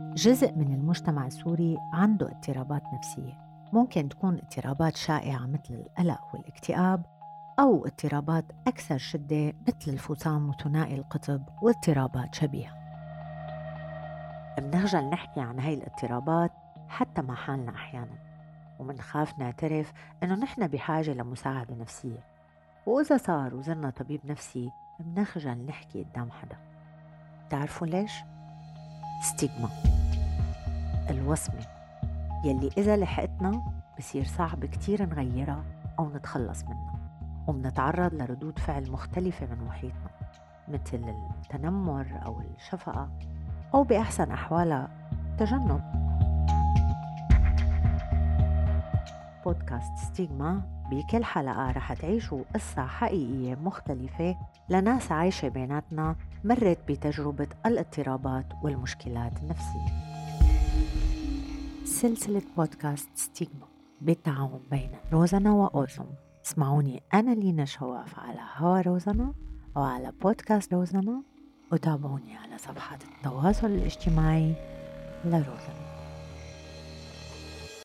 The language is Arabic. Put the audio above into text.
جزء من المجتمع السوري عنده اضطرابات نفسية، ممكن تكون اضطرابات شائعة مثل القلق والاكتئاب، أو اضطرابات أكثر شدة مثل الفصام وثنائي القطب واضطرابات شبيهة. منخجل نحكي عن هاي الاضطرابات حتى مع حالنا أحياناً، ومنخاف نعترف إنه نحن بحاجة لمساعدة نفسية، وإذا صار وزرنا طبيب نفسي منخجل نحكي قدام حدا. تعرفوا ليش؟ ستيغما، الوصمة يلي إذا لحقتنا بصير صعب كتير نغيرها أو نتخلص منها، ومنتعرض لردود فعل مختلفة من محيطنا مثل التنمر أو الشفقة، أو بأحسن أحوالها تجنب. بودكاست ستيغما بكل حلقة رح تعيشوا قصة حقيقية مختلفة لناس عايشة بيناتنا مرت بتجربة الاضطرابات والمشكلات النفسية. سلسلة بودكاست ستيغما بالتعاون بين روزانا وأوسم. اسمعوني أنا لينا شواف على هوا روزانا أو على بودكاست روزانا، وتابعوني على صفحات التواصل الاجتماعي لروزانا.